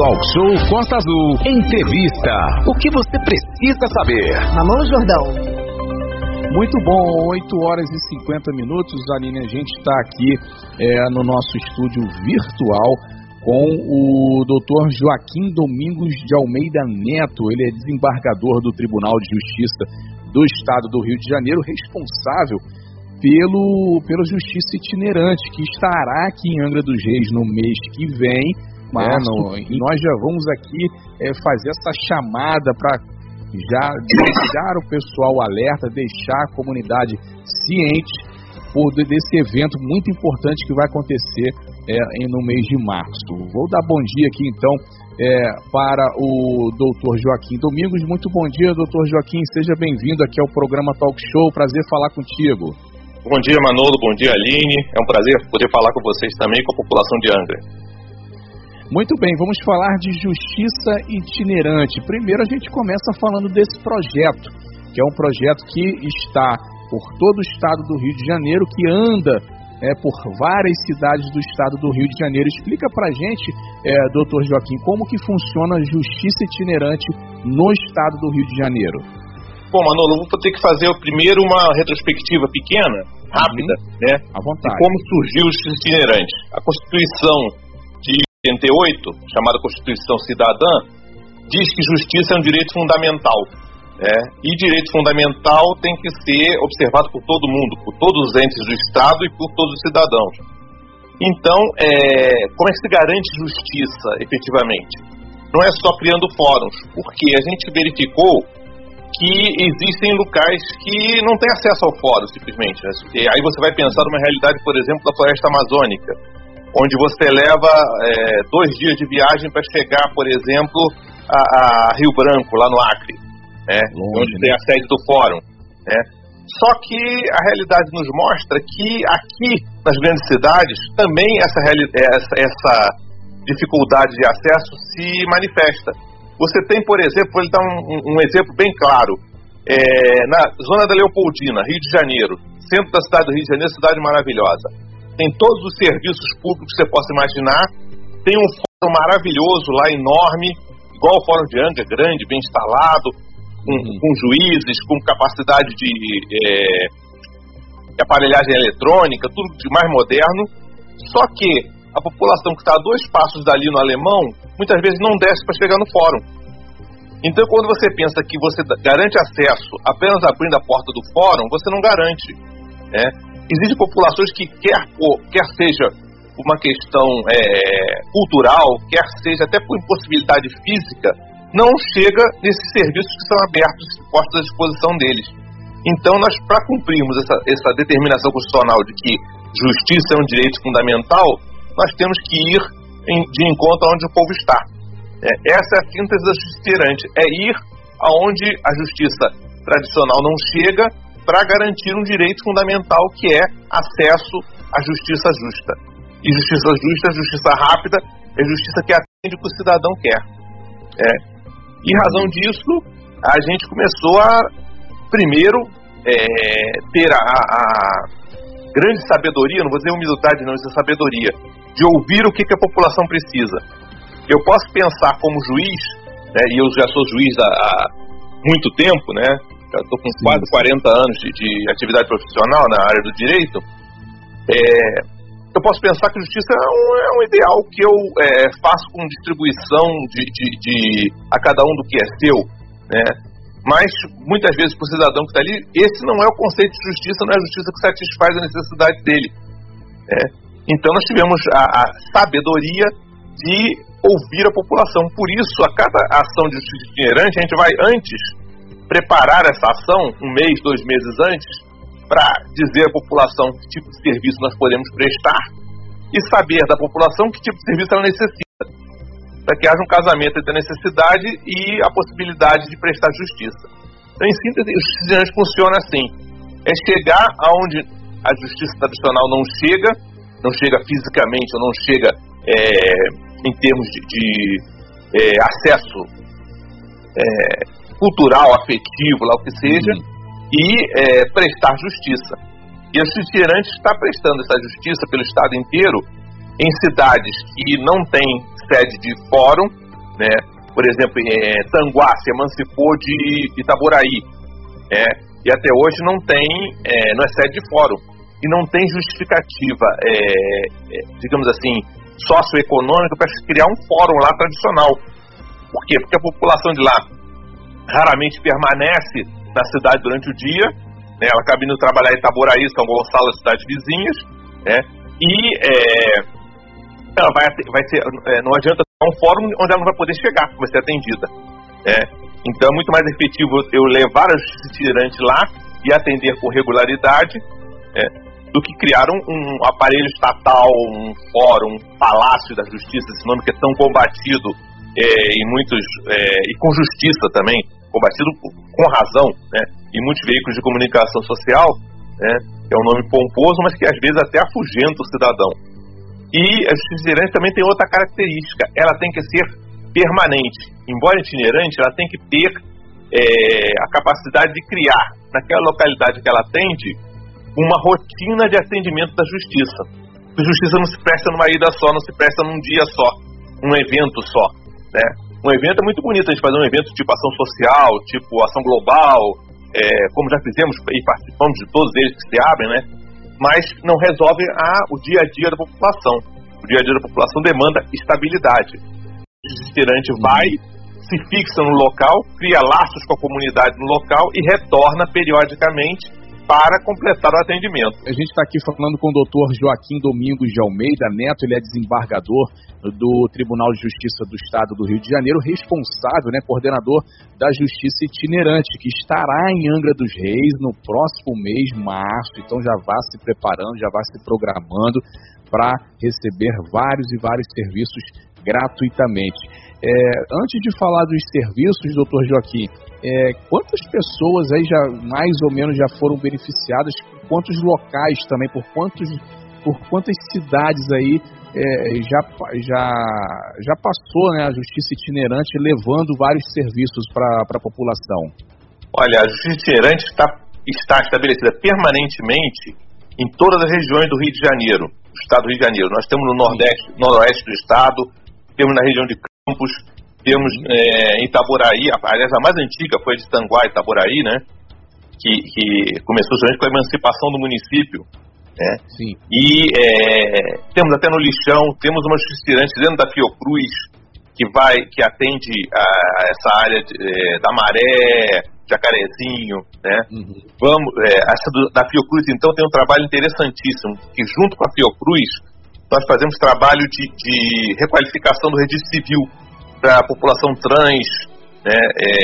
Talk Show Costa Azul. Entrevista. O que você precisa saber? Manolo Jordão. Muito bom, 8 horas e 50 minutos, Aline. A gente está aqui no nosso estúdio virtual com o Dr. Joaquim Domingos de Almeida Neto. Ele é desembargador do Tribunal de Justiça do Estado do Rio de Janeiro, responsável pela Justiça Itinerante, que estará aqui em Angra dos Reis no mês que vem. E nós já vamos aqui fazer essa chamada para já deixar o pessoal alerta, deixar a comunidade ciente desse evento muito importante que vai acontecer no mês de março. Vou dar bom dia aqui então para o Dr. Joaquim Domingos. Muito bom dia, Dr. Joaquim, seja bem-vindo aqui ao programa Talk Show, prazer falar contigo. Bom dia, Manolo, bom dia, Aline, é um prazer poder falar com vocês também e com a população de Angra. Muito bem, vamos falar de justiça itinerante. Primeiro a gente começa falando desse projeto, que é um projeto que está por todo o estado do Rio de Janeiro, que anda por várias cidades do estado do Rio de Janeiro. Explica pra gente, doutor Joaquim, como que funciona a justiça itinerante no estado do Rio de Janeiro. Bom, Manolo, vou ter que fazer primeiro uma retrospectiva pequena, rápida, né? À vontade. De como surgiu a justiça itinerante. A Constituição de 88, chamada Constituição Cidadã, diz que justiça é um direito fundamental, né? E direito fundamental tem que ser observado por todo mundo, por todos os entes do Estado e por todos os cidadãos. Então, como é que se garante justiça, efetivamente? Não é só criando fóruns, porque a gente verificou que existem locais que não têm acesso ao fórum, simplesmente, né? E aí você vai pensar numa realidade, por exemplo, da floresta amazônica, onde você leva 2 dias de viagem para chegar, por exemplo, a Rio Branco, lá no Acre, né? Onde tem a sede do fórum, né? Só que a realidade nos mostra que aqui, nas grandes cidades, também essa dificuldade de acesso se manifesta. Você tem, por exemplo, vou lhe dar um exemplo bem claro, na zona da Leopoldina, Rio de Janeiro, centro da cidade do Rio de Janeiro, cidade maravilhosa. Tem todos os serviços públicos que você possa imaginar, tem um fórum maravilhoso lá, enorme, igual o Fórum de Angra, grande, bem instalado, com juízes, com capacidade de aparelhagem eletrônica, tudo de mais moderno, só que a população que está a 2 passos dali no Alemão, muitas vezes não desce para chegar no fórum. Então, quando você pensa que você garante acesso apenas abrindo a porta do fórum, você não garante, né? Existem populações que quer seja uma questão cultural, quer seja até por impossibilidade física, não chega nesses serviços que são abertos, postos à disposição deles. Então, nós, para cumprirmos essa determinação constitucional de que justiça é um direito fundamental, nós temos que ir de encontro aonde o povo está. Essa é a síntese da justiça itinerante, ir aonde a justiça tradicional não chega, para garantir um direito fundamental que é acesso à justiça justa. E justiça justa é justiça rápida, é justiça que atende o que o cidadão quer. E em razão disso, a gente começou a, primeiro, ter a grande sabedoria, não vou dizer humildade não, isso é sabedoria, de ouvir o que a população precisa. Eu posso pensar como juiz, né, e eu já sou juiz há muito tempo, né, já estou com quase 40 anos de atividade profissional na área do direito, eu posso pensar que justiça é um ideal que eu faço com distribuição a cada um do que é seu, né? Mas muitas vezes para o cidadão que está ali, esse não é o conceito de justiça, não é a justiça que satisfaz a necessidade dele. Então nós tivemos a sabedoria de ouvir a população. Por isso, a cada ação de justiça itinerante, a gente vai antes preparar essa ação, 1 mês, 2 meses antes, para dizer à população que tipo de serviço nós podemos prestar e saber da população que tipo de serviço ela necessita, para que haja um casamento entre a necessidade e a possibilidade de prestar justiça. Então, em síntese, o justiça itinerante funciona assim: é chegar aonde a justiça tradicional não chega fisicamente, ou não chega em termos de acesso cultural, afetivo, lá o que seja, e prestar justiça. E a justiça itinerante está prestando essa justiça pelo estado inteiro, em cidades que não têm sede de fórum, né? Por exemplo, Tanguá se emancipou de Itaboraí, e até hoje não é sede de fórum, e não tem justificativa, digamos assim, socioeconômica para criar um fórum lá tradicional. Por quê? Porque a população de lá raramente permanece na cidade durante o dia, né? Ela acaba indo trabalhar em Itaboraí, São Gonçalo, as cidades vizinhas, né? E ela vai ter, não adianta ter um fórum onde ela não vai poder chegar, vai ser atendida. Então é muito mais efetivo eu levar a justiça itinerante lá e atender com regularidade, do que criar um aparelho estatal, um fórum, um palácio da justiça, esse nome que é tão combatido em muitos, e com justiça também, combatido com razão, né, em muitos veículos de comunicação social, né, é um nome pomposo, mas que às vezes até afugenta o cidadão. E a justiça itinerante também tem outra característica, ela tem que ser permanente. Embora itinerante, ela tem que ter a capacidade de criar, naquela localidade que ela atende, uma rotina de atendimento da justiça. A justiça não se presta numa ida só, não se presta num dia só, um evento só, né? Um evento é muito bonito, a gente fazer um evento tipo ação social, tipo ação global, como já fizemos e participamos de todos eles que se abrem, né? Mas não resolve o dia a dia da população. O dia a dia da população demanda estabilidade. O itinerante vai, se fixa no local, cria laços com a comunidade no local e retorna periodicamente para completar o atendimento. A gente está aqui falando com o doutor Joaquim Domingos de Almeida Neto, ele é desembargador do Tribunal de Justiça do Estado do Rio de Janeiro, responsável, né, coordenador da Justiça Itinerante, que estará em Angra dos Reis no próximo mês, março. Então já vá se preparando, já vá se programando para receber vários e vários serviços gratuitamente. Antes de falar dos serviços, doutor Joaquim, quantas pessoas aí já mais ou menos já foram beneficiadas, quantos locais também, por quantas cidades aí já passou, né, a justiça itinerante levando vários serviços para a população? Olha, a justiça itinerante está estabelecida permanentemente em todas as regiões do Rio de Janeiro, do estado do Rio de Janeiro. Nós temos no noroeste do estado, temos na região de Campos, temos em Itaboraí, aliás, a mais antiga foi a de Tanguá, Itaboraí, né? Que começou justamente com a emancipação do município. Né? Sim. E temos até no Lixão, temos uma justiça itinerante dentro da Fiocruz, que atende a essa área da Maré, Jacarezinho, né? Essa da Fiocruz, então, tem um trabalho interessantíssimo, que junto com a Fiocruz, nós fazemos trabalho de requalificação do registro civil para a população trans, né?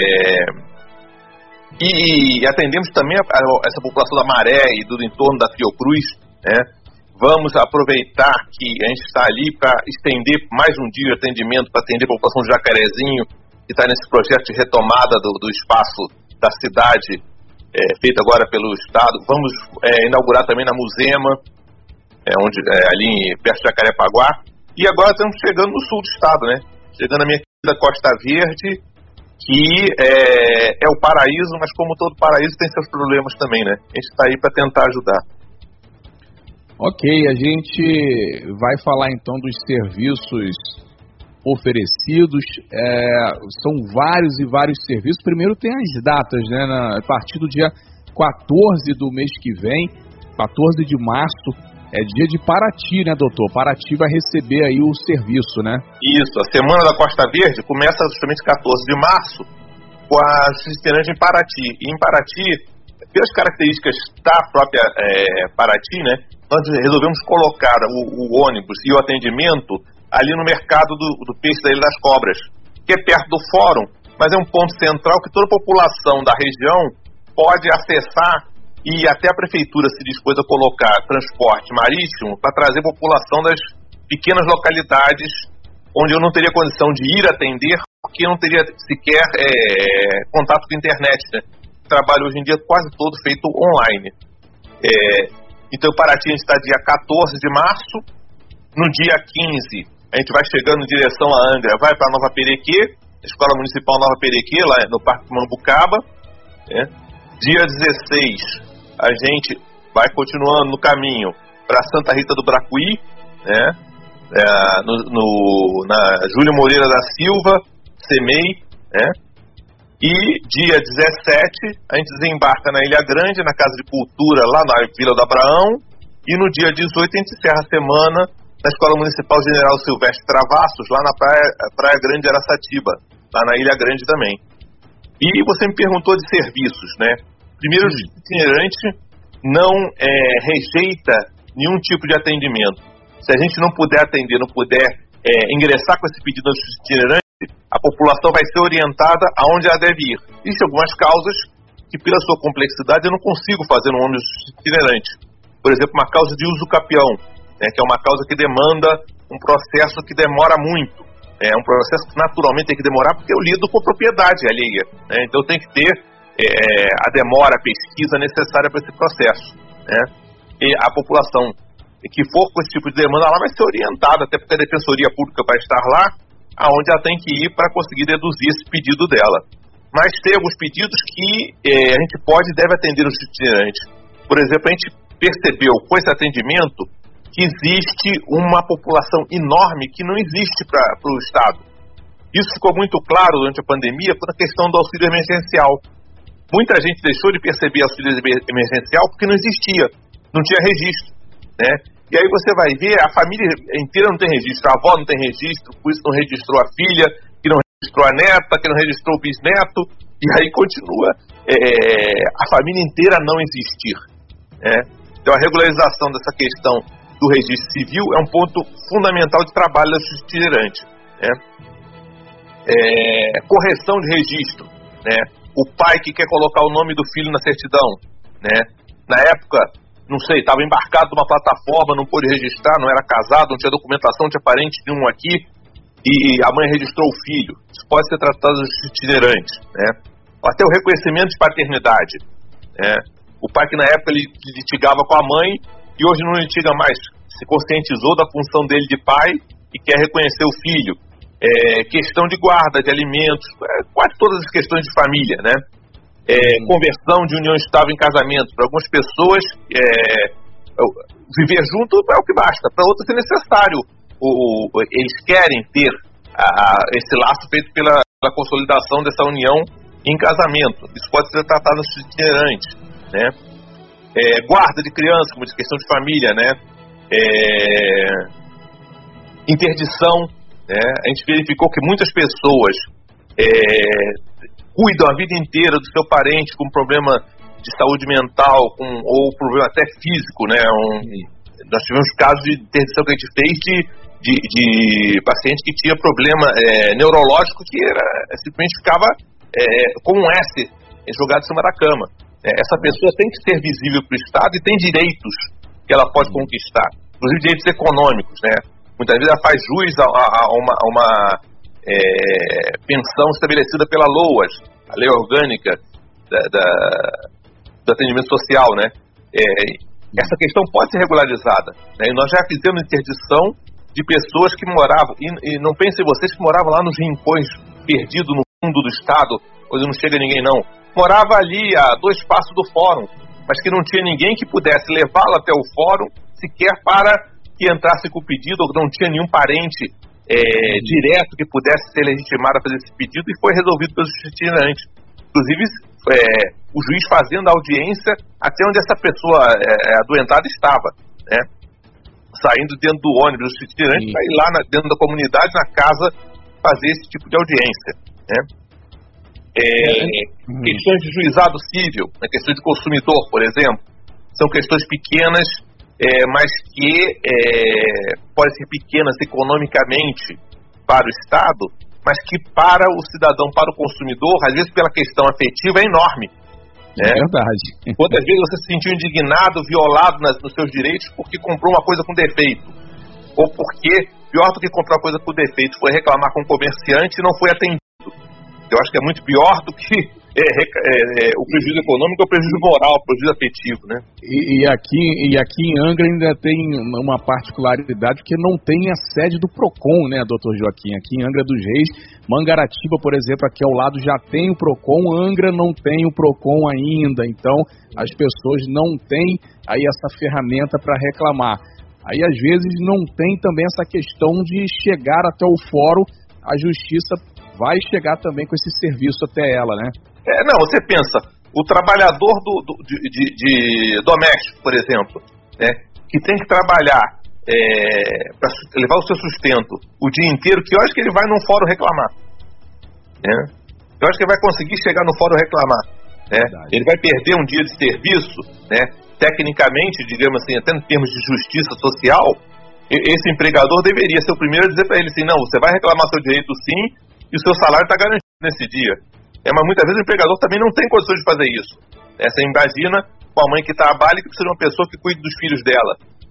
E atendemos também essa população da Maré e do entorno da Fiocruz, né? Vamos aproveitar que a gente está ali para estender mais um dia de atendimento para atender a população de Jacarezinho, que está nesse projeto de retomada do espaço da cidade, feito agora pelo Estado. Vamos inaugurar também na Muzema, ali perto de Jacarepaguá. E agora estamos chegando no sul do estado, né? Chegando na minha querida Costa Verde, que é o paraíso, mas como todo paraíso tem seus problemas também, né? A gente está aí para tentar ajudar. Ok, a gente vai falar então dos serviços oferecidos. São vários e vários serviços. Primeiro tem as datas, né? A partir do dia 14 do mês que vem, 14 de março, é dia de Paraty, né, doutor? Paraty vai receber aí o serviço, né? Isso, a Semana da Costa Verde começa justamente 14 de março com a justiça itinerante em Paraty. E em Paraty, pelas características da própria Paraty, né, nós resolvemos colocar o ônibus e o atendimento ali no mercado do peixe da Ilha das Cobras, que é perto do fórum, mas é um ponto central que toda a população da região pode acessar, e até a prefeitura se dispôs a colocar transporte marítimo para trazer a população das pequenas localidades onde eu não teria condição de ir atender, porque eu não teria sequer contato com a internet, né? O trabalho hoje em dia é quase todo feito online. Então, Paraty, a gente está dia 14 de março. No dia 15, a gente vai chegando em direção a Angra, vai para Nova Perequê, Escola Municipal Nova Perequê, lá no Parque Mambucaba. Dia 16, a gente vai continuando no caminho para Santa Rita do Bracuí, né? Na Júlio Moreira da Silva, CEMEI, né? E dia 17 a gente desembarca na Ilha Grande, na Casa de Cultura, lá na Vila do Abraão, e no dia 18 a gente encerra a semana na Escola Municipal General Silvestre Travassos, lá na Praia Grande de Araçatiba, lá na Ilha Grande também. E você me perguntou de serviços, né? Primeiro, o itinerante não rejeita nenhum tipo de atendimento. Se a gente não puder atender, não puder ingressar com esse pedido no itinerante, a população vai ser orientada aonde ela deve ir. Existem algumas causas que, pela sua complexidade, eu não consigo fazer no ônibus itinerante. Por exemplo, uma causa de uso capião, né, que é uma causa que demanda um processo que demora muito. É um processo que naturalmente tem que demorar porque eu lido com propriedade alheia, né? Então tem que ter a demora, a pesquisa necessária para esse processo, né? E a população que for com esse tipo de demanda lá vai ser orientada, até porque a Defensoria Pública vai estar lá, aonde ela tem que ir para conseguir deduzir esse pedido dela. Mas tem alguns pedidos que a gente pode e deve atender os itinerantes. Por exemplo, a gente percebeu com esse atendimento que existe uma população enorme que não existe para o Estado. Isso ficou muito claro durante a pandemia com a questão do auxílio emergencial. Muita gente deixou de perceber auxílio emergencial porque não existia, não tinha registro, né? E aí você vai ver, a família inteira não tem registro, a avó não tem registro, por isso não registrou a filha, que não registrou a neta, que não registrou o bisneto, e aí continua a família inteira não existir, né? Então a regularização dessa questão do registro civil é um ponto fundamental de trabalho da justiça itinerante, né? Correção de registro, né? O pai que quer colocar o nome do filho na certidão, né? Na época, não sei, estava embarcado numa plataforma, não pôde registrar, não era casado, não tinha documentação, não tinha parente nenhum aqui, e a mãe registrou o filho. Isso pode ser tratado de itinerante, né? Até o reconhecimento de paternidade, né? O pai que na época ele litigava com a mãe e hoje não litiga mais, se conscientizou da função dele de pai e quer reconhecer o filho. Questão de guarda de alimentos, quase todas as questões de família, né? Conversão de união estável em casamento. Para algumas pessoas, viver junto é o que basta. Para outras é necessário. Eles querem ter esse laço feito pela consolidação dessa união em casamento. Isso pode ser tratado no itinerante, né? Guarda de criança, como de questão de família, né? Interdição, né? A gente verificou que muitas pessoas cuidam a vida inteira do seu parente com problema de saúde mental, ou problema até físico, né? Nós tivemos casos de interdição que a gente fez de paciente que tinha problema neurológico que simplesmente ficava como um S jogado em cima da cama. Essa pessoa tem que ser visível para o Estado e tem direitos que ela pode conquistar, inclusive direitos econômicos, né? Muitas vezes ela faz jus a uma pensão estabelecida pela LOAS, a Lei Orgânica do Atendimento Social, né? Essa questão pode ser regularizada, né? E nós já fizemos interdição de pessoas que moravam, e não pensem vocês que moravam lá nos rincões, perdidos no fundo do Estado, onde não chega ninguém não. Morava ali a 2 passos do fórum, mas que não tinha ninguém que pudesse levá-lo até o fórum, sequer para que entrasse com o pedido, ou não tinha nenhum parente direto que pudesse ser legitimado a fazer esse pedido, e foi resolvido pelo juiz itinerante. Inclusive, o juiz fazendo a audiência até onde essa pessoa adoentada estava, né? Saindo dentro do ônibus do itinerante para ir lá dentro da comunidade, na casa, fazer esse tipo de audiência, né? Questões de juizado civil, né? Questões de consumidor, por exemplo, são questões pequenas, mas que podem ser pequenas economicamente para o Estado, mas que para o cidadão, para o consumidor, às vezes pela questão afetiva, é enorme. É verdade. Quantas vezes você se sentiu indignado, violado nos seus direitos porque comprou uma coisa com defeito? Ou porque, pior do que comprar uma coisa com defeito, foi reclamar com o comerciante e não foi atendido. Eu acho que é muito pior do que o prejuízo econômico, o prejuízo moral, o prejuízo afetivo, né? E aqui em Angra ainda tem uma particularidade que não tem a sede do PROCON, né, doutor Joaquim? Aqui em Angra dos Reis, Mangaratiba, por exemplo, aqui ao lado já tem o PROCON, Angra não tem o PROCON ainda, então as pessoas não têm aí essa ferramenta para reclamar. Aí às vezes não tem também essa questão de chegar até o fórum, a justiça vai chegar também com esse serviço até ela, né? Não, você pensa, o trabalhador de doméstico, por exemplo, né, que tem que trabalhar para levar o seu sustento o dia inteiro, que horas que ele vai num fórum reclamar? Né? Que horas que ele vai conseguir chegar no fórum reclamar? Né? Ele vai perder um dia de serviço, né? Tecnicamente, digamos assim, até em termos de justiça social, esse empregador deveria ser o primeiro a dizer para ele assim, não, você vai reclamar seu direito sim, e o seu salário está garantido nesse dia. Mas muitas vezes o empregador também não tem condições de fazer isso. Você imagina com a mãe que trabalha e que precisa de uma pessoa que cuide dos filhos dela.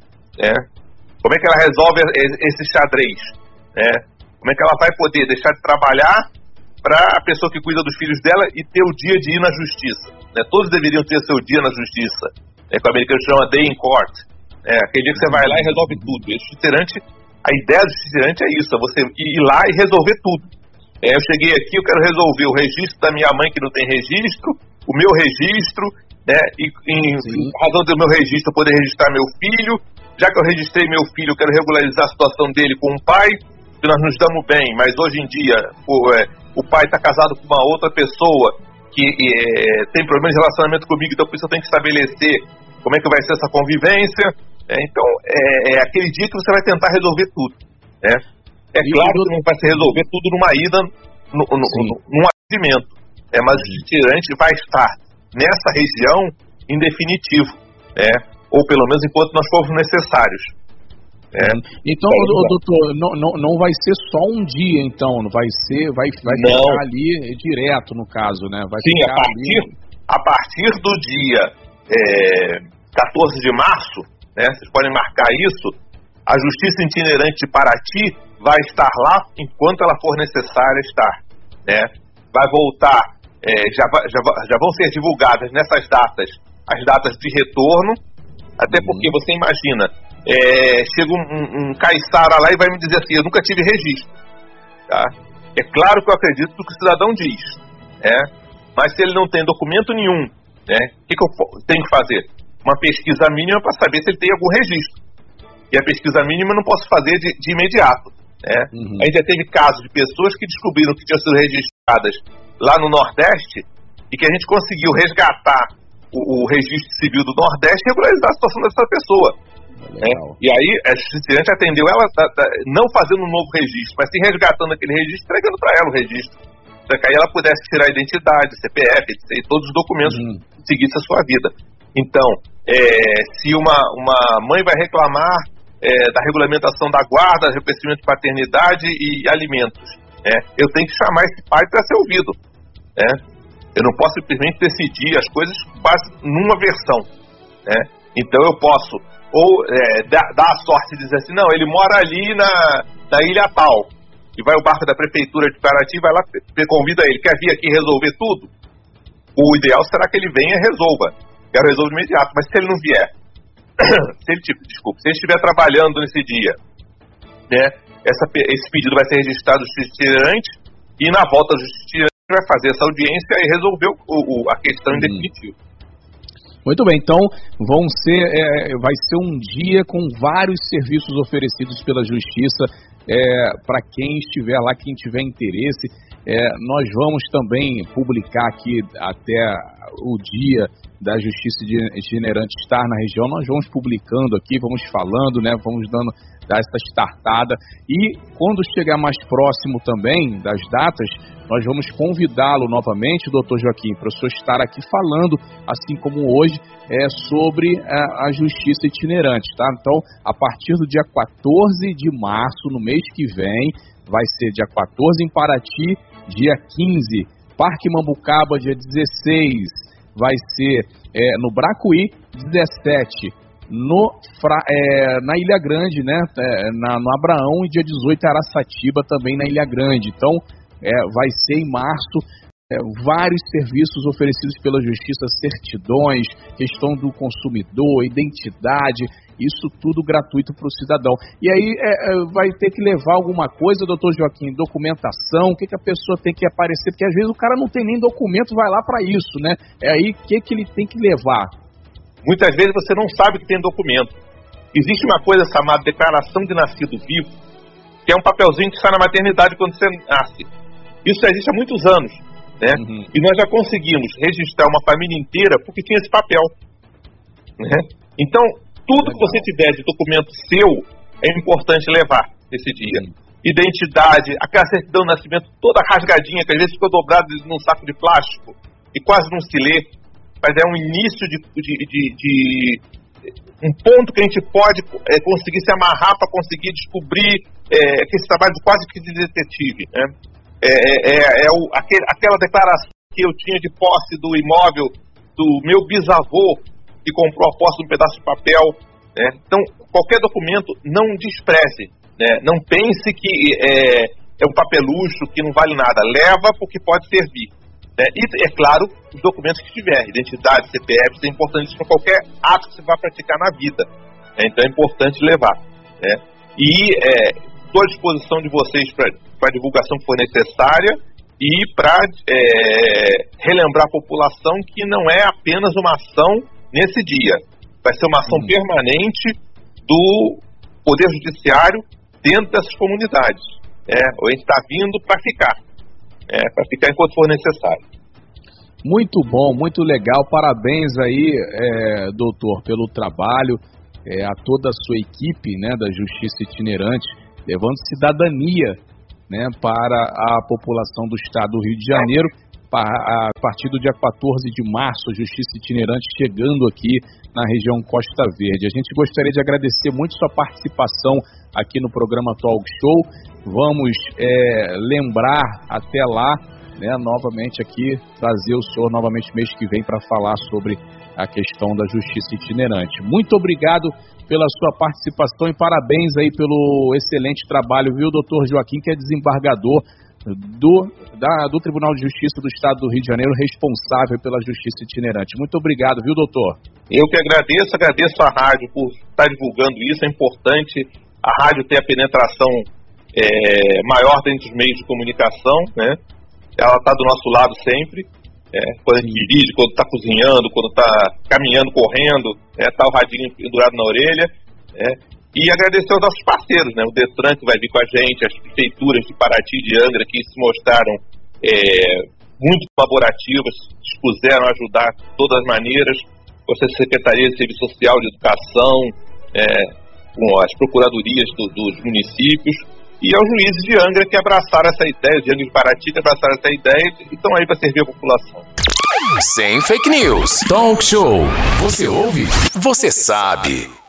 Como é que ela resolve esse xadrez? Como é que ela vai poder deixar de trabalhar para a pessoa que cuida dos filhos dela e ter o dia de ir na justiça? Todos deveriam ter seu dia na justiça. Que o americano chama day in court. Aquele dia que você vai lá e resolve tudo. A ideia do justiceirante é isso, é você ir lá e resolver tudo. Eu cheguei aqui, eu quero resolver o registro da minha mãe que não tem registro, o meu registro, né? E em razão do meu registro eu poder registrar meu filho. Já que eu registrei meu filho, eu quero regularizar a situação dele com o pai, que nós nos damos bem, mas hoje em dia o pai está casado com uma outra pessoa que tem problemas de relacionamento comigo, então por isso eu tenho que estabelecer como é que vai ser essa convivência. Então é aquele dia que você vai tentar resolver tudo. Claro que não vai se resolver tudo numa ida, num atendimento. Mas o justiceirante vai estar nessa região em definitivo. Ou pelo menos enquanto nós formos necessários. Então, doutor, não vai ser só um dia, então, não vai ser, vai ficar ali direto, no caso, né? A partir do dia 14 de março, né, vocês podem marcar isso, a Justiça Itinerante de Paraty vai estar lá enquanto ela for necessária estar. Vai voltar, já vão ser divulgadas nessas datas as datas de retorno, até porque você imagina, chega um caiçara lá e vai me dizer assim, eu nunca tive registro. Tá? É claro que eu acredito no que o cidadão diz, mas se ele não tem documento nenhum, o que eu tenho que fazer? Uma pesquisa mínima para saber se ele tem algum registro. E a pesquisa mínima eu não posso fazer de imediato. A gente já teve casos de pessoas que descobriram que tinham sido registradas lá no Nordeste e que a gente conseguiu resgatar o registro civil do Nordeste e regularizar a situação dessa pessoa. E aí a justiceirante atendeu ela não fazendo um novo registro, mas sim resgatando aquele registro, entregando para ela o registro, para que aí ela pudesse tirar a identidade, CPF, etc, e todos os documentos que seguissem a sua vida. Então, se uma mãe vai reclamar da regulamentação da guarda, reconhecimento de paternidade e alimentos, eu tenho que chamar esse pai para ser ouvido. Eu não posso simplesmente decidir as coisas quase numa versão. Então eu posso dar a sorte de dizer assim, não, ele mora ali na ilha tal, e vai o barco da prefeitura de Paraty, vai lá, convida ele, quer vir aqui resolver tudo? O ideal será que ele venha e resolva, quero resolver de imediato, mas se ele não vier, se ele estiver trabalhando nesse dia, esse pedido vai ser registrado no justiceirante, e na volta do justiceirante vai fazer essa audiência e resolver a questão em definitivo. Muito bem, então vai ser um dia com vários serviços oferecidos pela Justiça para quem estiver lá, quem tiver interesse. Nós vamos também publicar aqui até o dia da Justiça Itinerante estar na região, nós vamos publicando aqui, vamos falando, vamos dar essa startada, e quando chegar mais próximo também das datas, nós vamos convidá-lo novamente, doutor Joaquim, para o senhor estar aqui falando, assim como hoje, sobre a Justiça Itinerante, tá? Então, a partir do dia 14 de março, no mês que vem, vai ser dia 14 em Paraty, dia 15, Parque Mambucaba, dia 16, vai ser no Bracuí, 17, na Ilha Grande, no Abraão, e dia 18 Araçatiba, também na Ilha Grande. Então, vai ser em março, vários serviços oferecidos pela Justiça, certidões, questão do consumidor, identidade, isso tudo gratuito para o cidadão. E aí vai ter que levar alguma coisa, doutor Joaquim, documentação, o que a pessoa tem que aparecer, porque às vezes o cara não tem nem documento, vai lá para isso, né? Aí o que ele tem que levar? Muitas vezes você não sabe que tem documento. Existe uma coisa chamada declaração de nascido vivo, que é um papelzinho que sai na maternidade quando você nasce. Isso já existe há muitos anos, né? E nós já conseguimos registrar uma família inteira porque tinha esse papel, né? Então, tudo que você tiver de documento seu é importante levar nesse dia. Identidade, aquela certidão de nascimento toda rasgadinha, que às vezes ficou dobrada num saco de plástico e quase não se lê, mas é um início de um ponto que a gente pode conseguir se amarrar para conseguir descobrir esse trabalho quase que de detetive, né? Aquela declaração que eu tinha de posse do imóvel do meu bisavô, que comprou a posse de um pedaço de papel, né? Então, qualquer documento, não despreze, né? Não pense que é um papelucho que não vale nada. Leva porque pode servir, né? E, é claro, os documentos que tiver, identidade, CPF, isso é importante para qualquer ato que você vai praticar na vida, né? Então é importante levar, né? E estou à disposição de vocês para a divulgação que for necessária e para relembrar a população que não é apenas uma ação nesse dia, vai ser uma ação permanente do Poder Judiciário dentro dessas comunidades. A gente está vindo para ficar enquanto for necessário. Muito bom, muito legal, parabéns aí, doutor, pelo trabalho, a toda a sua equipe, né, da Justiça Itinerante, levando cidadania, né, para a população do estado do Rio de Janeiro. A partir do dia 14 de março, a Justiça Itinerante chegando aqui na região Costa Verde. A gente gostaria de agradecer muito sua participação aqui no programa Talk Show. Vamos lembrar até lá, né, novamente aqui, trazer o senhor novamente mês que vem para falar sobre a questão da Justiça Itinerante. Muito obrigado pela sua participação e parabéns aí pelo excelente trabalho, viu, doutor Joaquim, que é desembargador do Tribunal de Justiça do Estado do Rio de Janeiro, responsável pela Justiça Itinerante. Muito obrigado, viu, doutor? Eu que agradeço a rádio por estar divulgando isso. É importante a rádio ter a penetração maior dentro dos meios de comunicação, né? Ela está do nosso lado sempre, quando a gente dirige, quando está cozinhando, quando está caminhando, correndo, está o radinho pendurado na orelha, E agradecer aos nossos parceiros, né? O Detran, que vai vir com a gente, as prefeituras de Paraty e de Angra, que se mostraram muito colaborativas, dispuseram a ajudar de todas as maneiras, com a Secretaria de Serviço Social, de Educação, com as procuradorias dos municípios, e aos juízes de Angra que abraçaram essa ideia, de Angra e de Paraty que abraçaram essa ideia e estão aí para servir a população. Sem fake news. Talk Show. Você ouve? Você sabe.